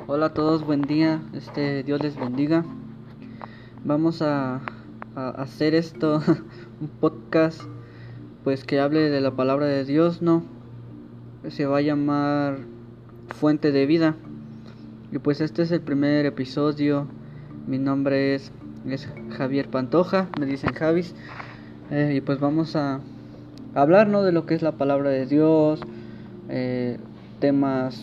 Hola a todos, buen día, Dios les bendiga. Vamos a hacer esto, un podcast, pues que hable de la palabra de Dios, ¿no? Se va a llamar Fuente de Vida. Y pues este es el primer episodio. Mi nombre es Javier Pantoja, me dicen Javis. Y pues vamos a hablar, ¿no? De lo que es la palabra de Dios, temas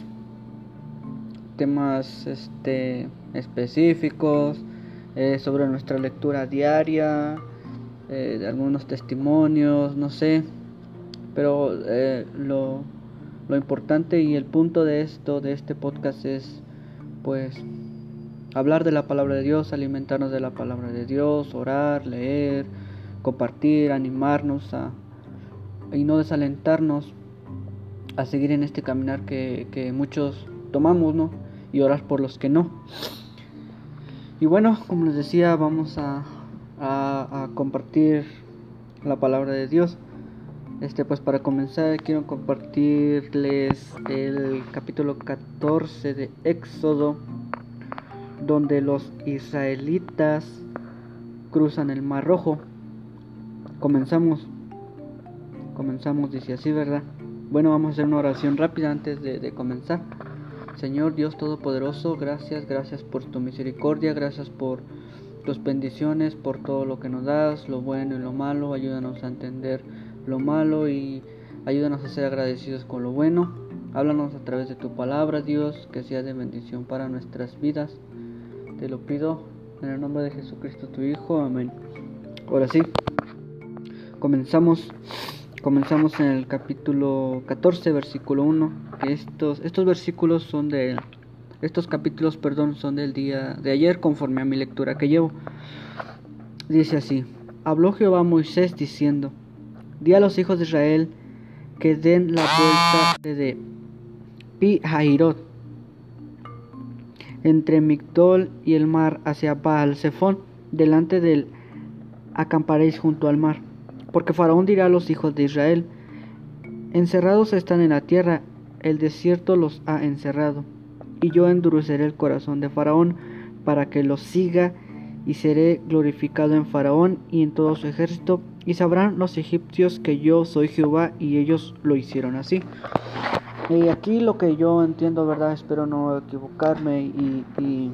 específicos, sobre nuestra lectura diaria, de algunos testimonios, no sé, pero lo importante y el punto de este podcast es pues hablar de la palabra de Dios, alimentarnos de la palabra de Dios, orar, leer, compartir, animarnos y no desalentarnos a seguir en este caminar que muchos tomamos, ¿no? Y orar por los que no. Y bueno, como les decía, vamos a compartir la palabra de Dios. Pues para comenzar quiero compartirles el capítulo 14 de Éxodo, donde los israelitas cruzan el Mar Rojo. Comenzamos, dice así, ¿verdad? Bueno, vamos a hacer una oración rápida antes de comenzar. Señor Dios Todopoderoso, gracias por tu misericordia, gracias por tus bendiciones, por todo lo que nos das, lo bueno y lo malo. Ayúdanos a entender lo malo y ayúdanos a ser agradecidos con lo bueno. Háblanos a través de tu palabra, Dios, que sea de bendición para nuestras vidas. Te lo pido en el nombre de Jesucristo, tu Hijo. Amén. Ahora sí, comenzamos en el capítulo 14, versículo 1. Estos versículos son estos capítulos, son del día de ayer, conforme a mi lectura que llevo. Dice así: Habló Jehová a Moisés diciendo: Di a los hijos de Israel que den la vuelta de Pi-Hahirot, entre Migdol y el mar, hacia Baal-Zephón. Delante del acamparéis junto al mar. Porque Faraón dirá a los hijos de Israel: Encerrados están en la tierra, el desierto los ha encerrado. Y yo endureceré el corazón de Faraón para que los siga, y seré glorificado en Faraón y en todo su ejército, y sabrán los egipcios que yo soy Jehová. Y ellos lo hicieron así. Y aquí lo que yo entiendo, ¿verdad? Espero no equivocarme y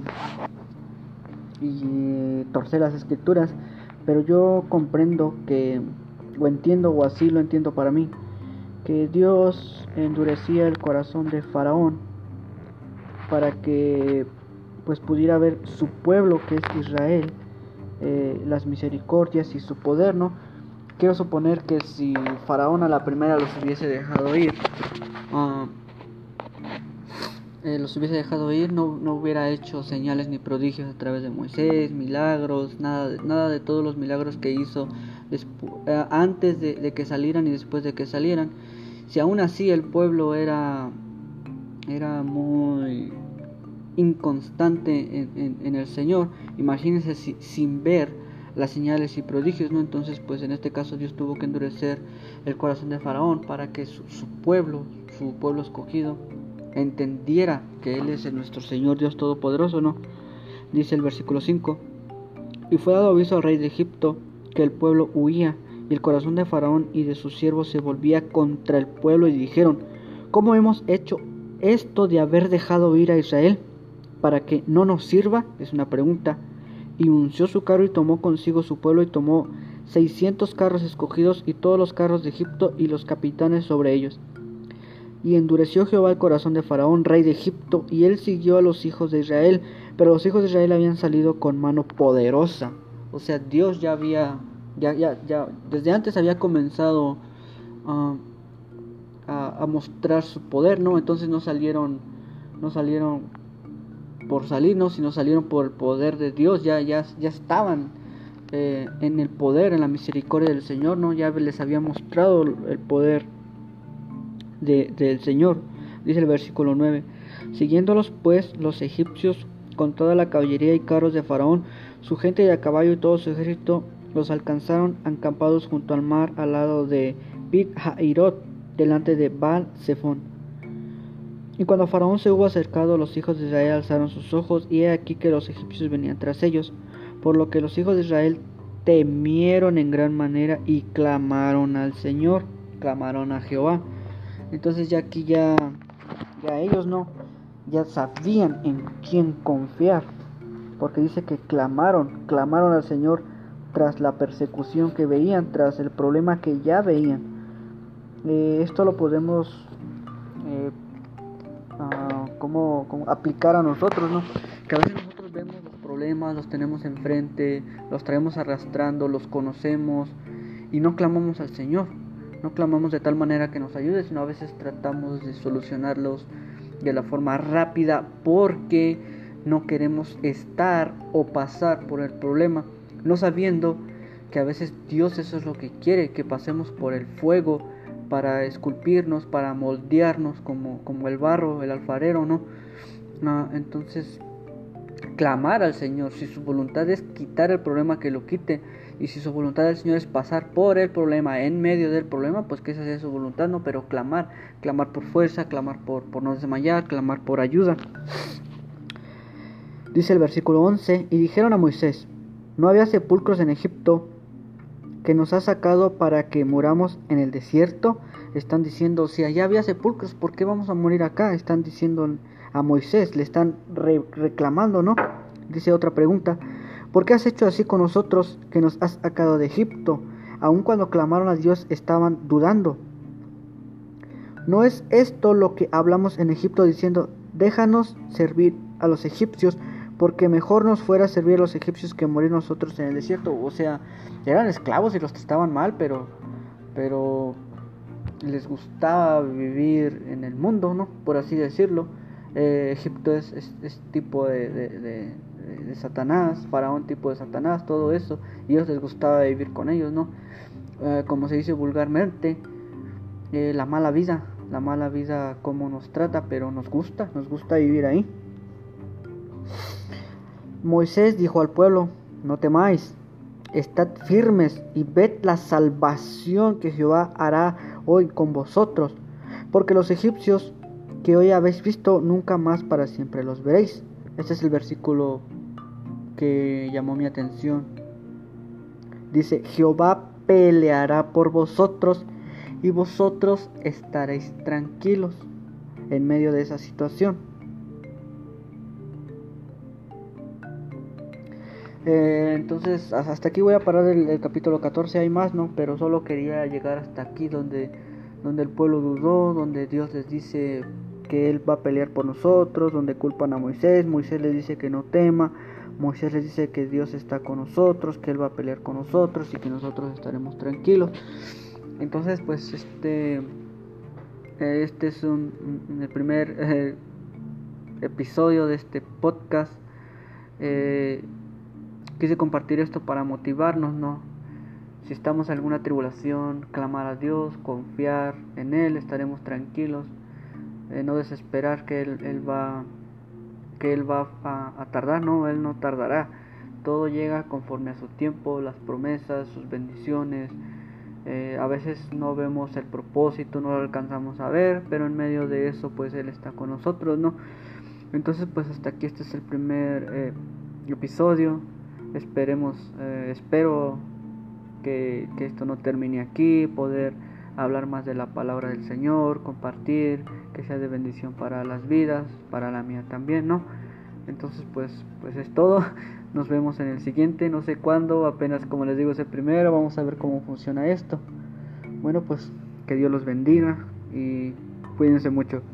torcer las escrituras, pero yo comprendo o entiendo, o así lo entiendo para mí, que Dios endurecía el corazón de Faraón para que pues pudiera ver su pueblo, que es Israel, las misericordias y su poder, ¿no? Quiero suponer que si Faraón a la primera los hubiese dejado ir, no hubiera hecho señales ni prodigios a través de Moisés, milagros, nada de todos los milagros que hizo antes de que salieran y después de que salieran. Si aún así el pueblo era muy inconstante en el Señor, imagínense sin ver las señales y prodigios, ¿no? Entonces pues en este caso Dios tuvo que endurecer el corazón de Faraón para que su pueblo escogido entendiera que Él es nuestro Señor Dios Todopoderoso, ¿no? Dice el versículo 5: Y fue dado aviso al rey de Egipto que el pueblo huía, y el corazón de Faraón y de sus siervos se volvía contra el pueblo, y dijeron: ¿Cómo hemos hecho esto de haber dejado ir a Israel para que no nos sirva? Es una pregunta. Y unció su carro y tomó consigo su pueblo, y tomó 600 carros escogidos y todos los carros de Egipto y los capitanes sobre ellos. Y endureció Jehová el corazón de Faraón, rey de Egipto, y él siguió a los hijos de Israel, pero los hijos de Israel habían salido con mano poderosa. O sea, Dios ya desde antes había comenzado a mostrar su poder, ¿no? Entonces no salieron por salir, ¿no? Sino salieron por el poder de Dios. Ya estaban en el poder, en la misericordia del Señor, ¿no? Ya les había mostrado el poder del Señor. Dice el versículo 9: Siguiéndolos pues los egipcios con toda la caballería y carros de Faraón, su gente y a caballo y todo su ejército, los alcanzaron acampados junto al mar, al lado de Pit-Hahirot, delante de Baal-Zephón. Y Faraón dijo a los hijos de Israel: Encerrados están en la tierra, el desierto los ha encerrado. Y yo endureceré el corazón de Faraón para que los siga, y seré glorificado en Faraón y en todo su ejército, y sabrán los egipcios que yo soy Jehová. Y ellos lo hicieron así. Y aquí lo que yo entiendo, ¿verdad? Espero no equivocarme y Y cuando Faraón se hubo acercado, los hijos de Israel alzaron sus ojos, y he aquí que los egipcios venían tras ellos, por lo que los hijos de Israel temieron en gran manera y clamaron al Señor, clamaron a Jehová. Entonces ya aquí ya ellos ya sabían en quién confiar, porque dice que clamaron al Señor tras la persecución que veían, tras el problema que ya veían. Esto lo podemos como aplicar a nosotros, ¿no? Que a veces nosotros vemos los problemas, los tenemos enfrente, los traemos arrastrando, los conocemos y no clamamos al Señor, no clamamos de tal manera que nos ayude, sino a veces tratamos de solucionarlos de la forma rápida porque no queremos estar o pasar por el problema, no sabiendo que a veces Dios eso es lo que quiere, que pasemos por el fuego para esculpirnos, para moldearnos como el barro, el alfarero, ¿no? Entonces, clamar al Señor, si su voluntad es quitar el problema, que lo quite, y si su voluntad del Señor es pasar por el problema, en medio del problema, pues que esa sea su voluntad, ¿no? Pero clamar por fuerza, clamar por no desmayar, clamar por ayuda. Dice el versículo 11, y dijeron a Moisés, ¿no había sepulcros en Egipto que nos ha sacado para que muramos en el desierto? Están diciendo, si allá había sepulcros, ¿por qué vamos a morir acá? Están diciendo a Moisés, le están reclamando, ¿no? Dice otra pregunta, ¿por qué has hecho así con nosotros que nos has sacado de Egipto? Aun cuando clamaron a Dios estaban dudando. ¿No es esto lo que hablamos en Egipto diciendo, déjanos servir a los egipcios, porque mejor nos fuera servir a los egipcios que morir nosotros en el desierto? O sea, eran esclavos y los trataban mal, pero les gustaba vivir en el mundo, ¿no? Por así decirlo. Egipto es tipo de Satanás, Faraón tipo de Satanás, todo eso, y a ellos les gustaba vivir con ellos, ¿no? Como se dice vulgarmente, la mala vida como nos trata, pero nos gusta vivir ahí. Moisés dijo al pueblo, no temáis, estad firmes y ved la salvación que Jehová hará hoy con vosotros, porque los egipcios que hoy habéis visto, nunca más para siempre los veréis. Este es el versículo que llamó mi atención. Dice, Jehová peleará por vosotros y vosotros estaréis tranquilos en medio de esa situación. Entonces hasta aquí voy a parar el capítulo 14, hay más, ¿no? Pero solo quería llegar hasta aquí donde el pueblo dudó, donde Dios les dice que Él va a pelear por nosotros, donde culpan a Moisés les dice que no tema, Moisés les dice que Dios está con nosotros, que Él va a pelear con nosotros y que nosotros estaremos tranquilos. Entonces pues este es el primer episodio de este podcast. Quise compartir esto para motivarnos, ¿no? Si estamos en alguna tribulación, clamar a Dios, confiar en Él, estaremos tranquilos, no desesperar que Él va a tardar, no, Él no tardará. Todo llega conforme a su tiempo, las promesas, sus bendiciones. A veces no vemos el propósito, no lo alcanzamos a ver, pero en medio de eso pues Él está con nosotros, ¿no? Entonces pues hasta aquí este es el primer episodio. Espero que esto no termine aquí, poder hablar más de la palabra del Señor, compartir, que sea de bendición para las vidas, para la mía también, ¿no? Entonces pues es todo. Nos vemos en el siguiente, no sé cuándo, apenas como les digo es el primero, vamos a ver cómo funciona esto. Bueno, pues que Dios los bendiga y cuídense mucho.